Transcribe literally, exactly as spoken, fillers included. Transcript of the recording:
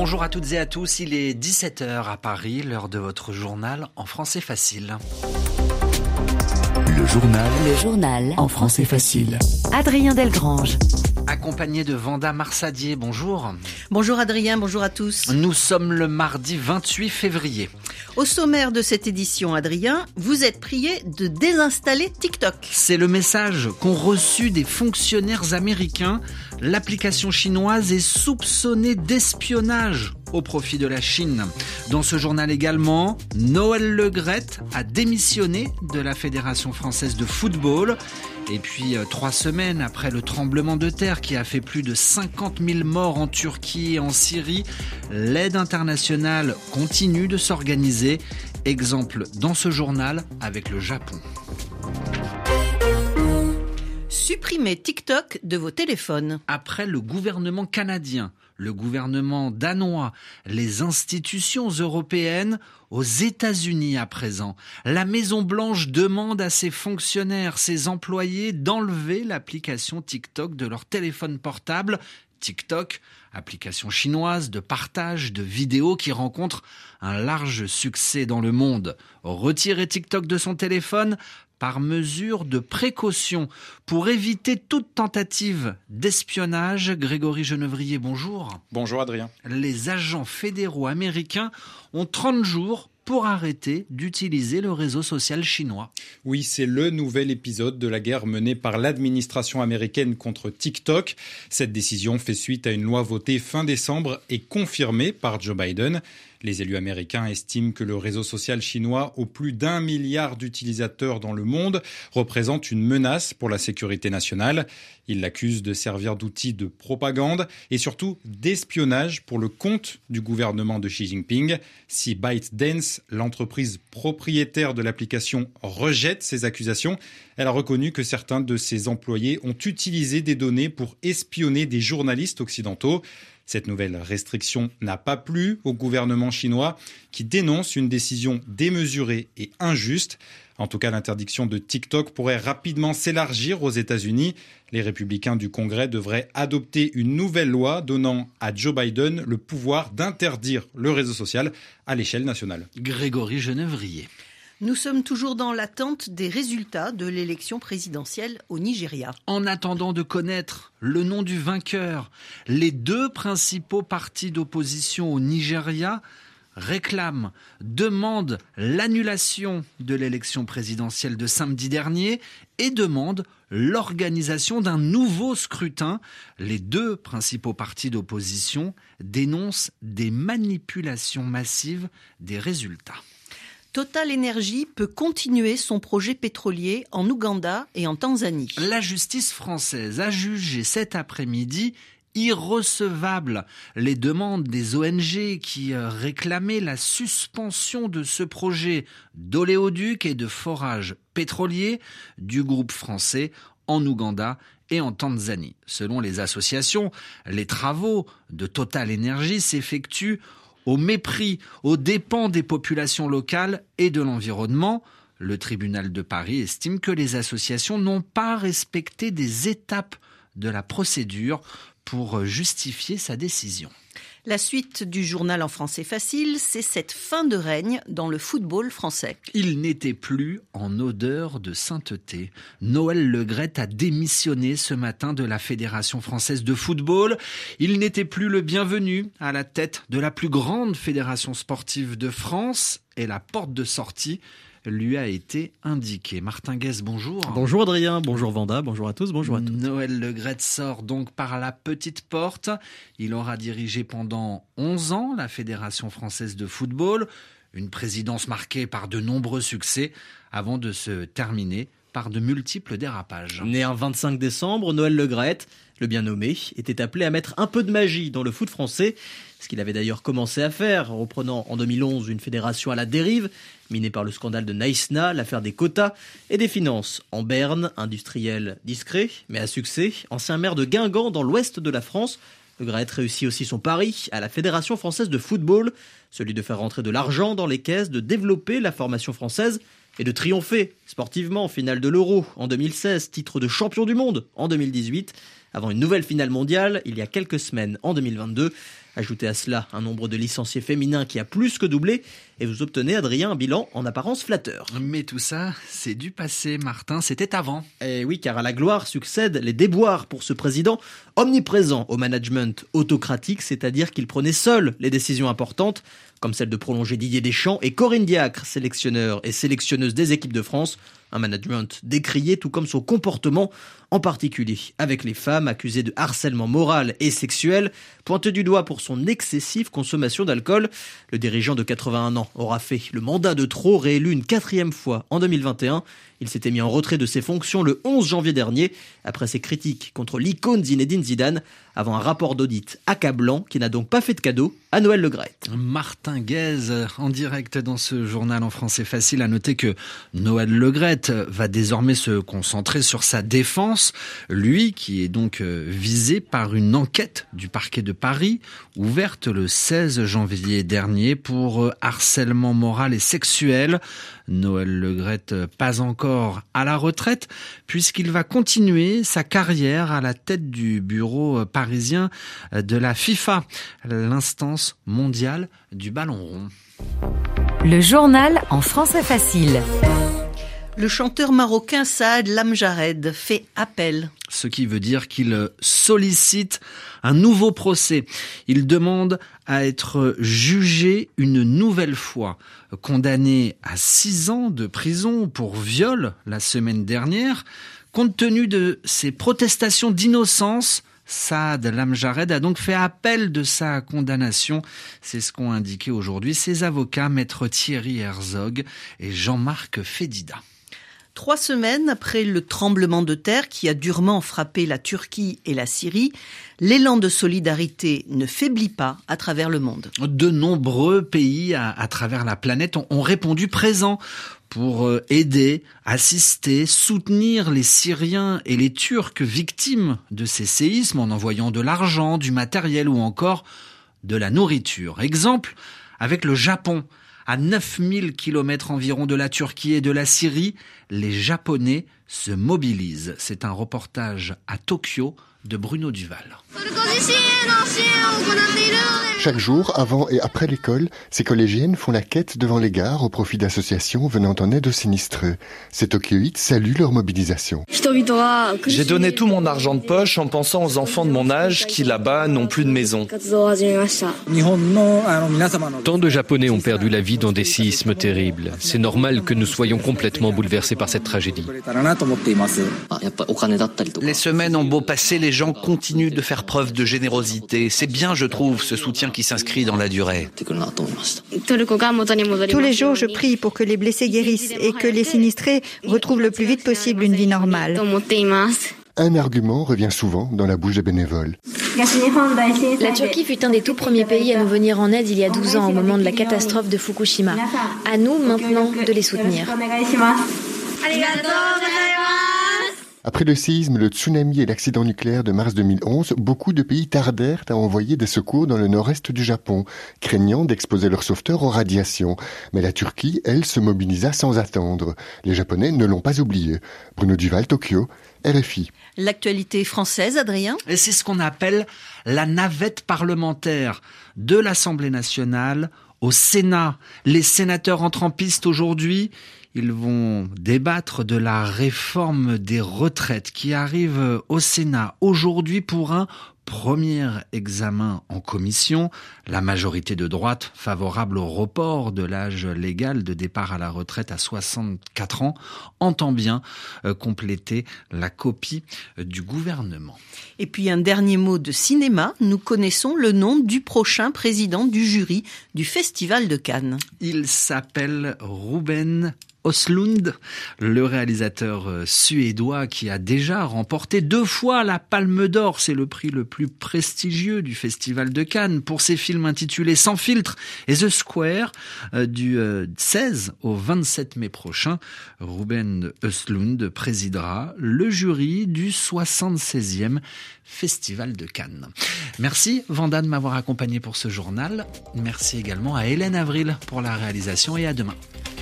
Bonjour à toutes et à tous, il est dix-sept heures à Paris, l'heure de votre journal en français facile. Le journal. Le journal. En français facile. Adrien Delgrange. Accompagné de Vanda Marsadier, bonjour. Bonjour Adrien, bonjour à tous. Nous sommes le mardi vingt-huit février. Au sommaire de cette édition, Adrien, vous êtes prié de désinstaller TikTok. C'est le message qu'ont reçu des fonctionnaires américains. L'application chinoise est soupçonnée d'espionnage au profit de la Chine. Dans ce journal également, Noël Le Graët a démissionné de la Fédération française de football. Et puis, trois semaines après le tremblement de terre qui a fait plus de cinquante mille morts en Turquie et en Syrie, l'aide internationale continue de s'organiser. Exemple dans ce journal avec le Japon. Supprimez TikTok de vos téléphones. Après le gouvernement canadien, le gouvernement danois, les institutions européennes, aux États-Unis à présent, la Maison-Blanche demande à ses fonctionnaires, ses employés d'enlever l'application TikTok de leur téléphone portable. TikTok, application chinoise de partage de vidéos qui rencontre un large succès dans le monde. Retirer TikTok de son téléphone par mesure de précaution pour éviter toute tentative d'espionnage. Grégory Genevrier, bonjour. Bonjour Adrien. Les agents fédéraux américains ont trente jours pour arrêter d'utiliser le réseau social chinois. Oui, c'est le nouvel épisode de la guerre menée par l'administration américaine contre TikTok. Cette décision fait suite à une loi votée fin décembre et confirmée par Joe Biden. Les élus américains estiment que le réseau social chinois, au plus d'un milliard d'utilisateurs dans le monde, représente une menace pour la sécurité nationale. Ils l'accusent de servir d'outil de propagande et surtout d'espionnage pour le compte du gouvernement de Xi Jinping. Si ByteDance, l'entreprise propriétaire de l'application, rejette ces accusations, elle a reconnu que certains de ses employés ont utilisé des données pour espionner des journalistes occidentaux. Cette nouvelle restriction n'a pas plu au gouvernement chinois qui dénonce une décision démesurée et injuste. En tout cas, l'interdiction de TikTok pourrait rapidement s'élargir aux États-Unis. Les républicains du Congrès devraient adopter une nouvelle loi donnant à Joe Biden le pouvoir d'interdire le réseau social à l'échelle nationale. Grégory Genevrier. Nous sommes toujours dans l'attente des résultats de l'élection présidentielle au Nigeria. En attendant de connaître le nom du vainqueur, les deux principaux partis d'opposition au Nigeria réclament, demandent l'annulation de l'élection présidentielle de samedi dernier et demandent l'organisation d'un nouveau scrutin. Les deux principaux partis d'opposition dénoncent des manipulations massives des résultats. Total Energy peut continuer son projet pétrolier en Ouganda et en Tanzanie. La justice française a jugé cet après-midi irrecevable les demandes des O N G qui réclamaient la suspension de ce projet d'oléoduc et de forage pétrolier du groupe français en Ouganda et en Tanzanie. Selon les associations, les travaux de Total Energy s'effectuent au mépris, aux dépens des populations locales et de l'environnement. Le tribunal de Paris estime que les associations n'ont pas respecté des étapes de la procédure pour justifier sa décision. La suite du journal en français facile, c'est cette fin de règne dans le football français. Il n'était plus en odeur de sainteté. Noël Le Graët a démissionné ce matin de la Fédération française de football. Il n'était plus le bienvenu à la tête de la plus grande fédération sportive de France et la porte de sortie lui a été indiquée. Martin Guez, bonjour. Bonjour Adrien, bonjour Vanda, bonjour à tous, bonjour à tous. Noël Le Graët sort donc par la petite porte. Il aura dirigé pendant onze ans la Fédération française de football, une présidence marquée par de nombreux succès avant de se terminer par de multiples dérapages. Né un vingt-cinq décembre, Noël Le Graët, le bien nommé, était appelé à mettre un peu de magie dans le foot français, ce qu'il avait d'ailleurs commencé à faire, reprenant en deux mille onze une fédération à la dérive, minée par le scandale de Naïsna, l'affaire des quotas et des finances. En Berne, industriel discret, mais à succès, ancien maire de Guingamp dans l'ouest de la France, Le Graët réussit aussi son pari à la Fédération française de football, celui de faire rentrer de l'argent dans les caisses, de développer la formation française et de triompher Sportivement, finale de l'Euro en deux mille seize, titre de champion du monde en deux mille dix-huit, avant une nouvelle finale mondiale il y a quelques semaines en deux mille vingt-deux. Ajoutez à cela un nombre de licenciés féminins qui a plus que doublé et vous obtenez, Adrien, un bilan en apparence flatteur. Mais tout ça, c'est du passé, Martin, c'était avant. Et oui, car à la gloire succèdent les déboires pour ce président omniprésent au management autocratique, c'est-à-dire qu'il prenait seul les décisions importantes, comme celle de prolonger Didier Deschamps et Corinne Diacre, sélectionneur et sélectionneuse des équipes de France. Un management décrié, tout comme son comportement, en particulier avec les femmes accusées de harcèlement moral et sexuel, pointé du doigt pour son excessive consommation d'alcool. Le dirigeant de quatre-vingt-un ans aura fait le mandat de trop, réélu une quatrième fois en deux mille vingt et un. Il s'était mis en retrait de ses fonctions le onze janvier dernier, après ses critiques contre l'icône Zinedine Zidane, avant un rapport d'audit accablant qui n'a donc pas fait de cadeau à Noël Le Graët. Martin Guez, en direct dans ce journal en français facile, à noter que Noël Le Graët va désormais se concentrer sur sa défense, lui qui est donc visé par une enquête du parquet de Paris, ouverte le seize janvier dernier pour harcèlement moral et sexuel. Noël Le Graët pas encore à la retraite, puisqu'il va continuer sa carrière à la tête du bureau parisien de la FIFA, l'instance mondiale du ballon rond. Le journal en français facile. Le chanteur marocain Saad Lamjared fait appel. Ce qui veut dire qu'il sollicite un nouveau procès. Il demande à être jugé une nouvelle fois. Condamné à six ans de prison pour viol la semaine dernière, compte tenu de ses protestations d'innocence, Saad Lamjared a donc fait appel de sa condamnation. C'est ce qu'ont indiqué aujourd'hui ses avocats, maître Thierry Herzog et Jean-Marc Fédida. Trois semaines après le tremblement de terre qui a durement frappé la Turquie et la Syrie, l'élan de solidarité ne faiblit pas à travers le monde. De nombreux pays à, à travers la planète ont, ont répondu présents pour aider, assister, soutenir les Syriens et les Turcs victimes de ces séismes en envoyant de l'argent, du matériel ou encore de la nourriture. Exemple avec le Japon. À neuf mille kilomètres environ de la Turquie et de la Syrie, les Japonais se mobilisent. C'est un reportage à Tokyo de Bruno Duval. Chaque jour, avant et après l'école, ces collégiennes font la quête devant les gares au profit d'associations venant en aide aux sinistreux. Ces Tokyoïtes saluent leur mobilisation. J'ai donné tout mon argent de poche en pensant aux enfants de mon âge qui, là-bas, n'ont plus de maison. Tant de Japonais ont perdu la vie dans des séismes terribles. C'est normal que nous soyons complètement bouleversés par cette tragédie. Les semaines ont beau passer, les gens continuent de faire preuve de générosité. C'est bien, je trouve, ce soutien qui s'inscrit dans la durée. Tous les jours, je prie pour que les blessés guérissent et que les sinistrés retrouvent le plus vite possible une vie normale. Un argument revient souvent dans la bouche des bénévoles. La Turquie fut un des tout premiers pays à nous venir en aide il y a douze ans au moment de la catastrophe de Fukushima. À nous maintenant de les soutenir. Après le séisme, le tsunami et l'accident nucléaire de mars deux mille onze, beaucoup de pays tardèrent à envoyer des secours dans le nord-est du Japon, craignant d'exposer leurs sauveteurs aux radiations. Mais la Turquie, elle, se mobilisa sans attendre. Les Japonais ne l'ont pas oublié. Bruno Duval, Tokyo, R F I. L'actualité française, Adrien ? Et c'est ce qu'on appelle la navette parlementaire de l'Assemblée nationale au Sénat. Les sénateurs entrent en piste aujourd'hui. Ils vont débattre de la réforme des retraites qui arrive au Sénat aujourd'hui pour un premier examen en commission. La majorité de droite, favorable au report de l'âge légal de départ à la retraite à soixante-quatre ans, entend bien compléter la copie du gouvernement. Et puis un dernier mot de cinéma. Nous connaissons le nom du prochain président du jury du Festival de Cannes. Il s'appelle Ruben Östlund, le réalisateur suédois qui a déjà remporté deux fois la Palme d'Or. C'est le prix le plus prestigieux du Festival de Cannes pour ses films intitulés Sans filtre et The Square du seize au vingt-sept mai prochain. Ruben Östlund présidera le jury du soixante-seizième Festival de Cannes. Merci Vanda de m'avoir accompagné pour ce journal. Merci également à Hélène Avril pour la réalisation et à demain.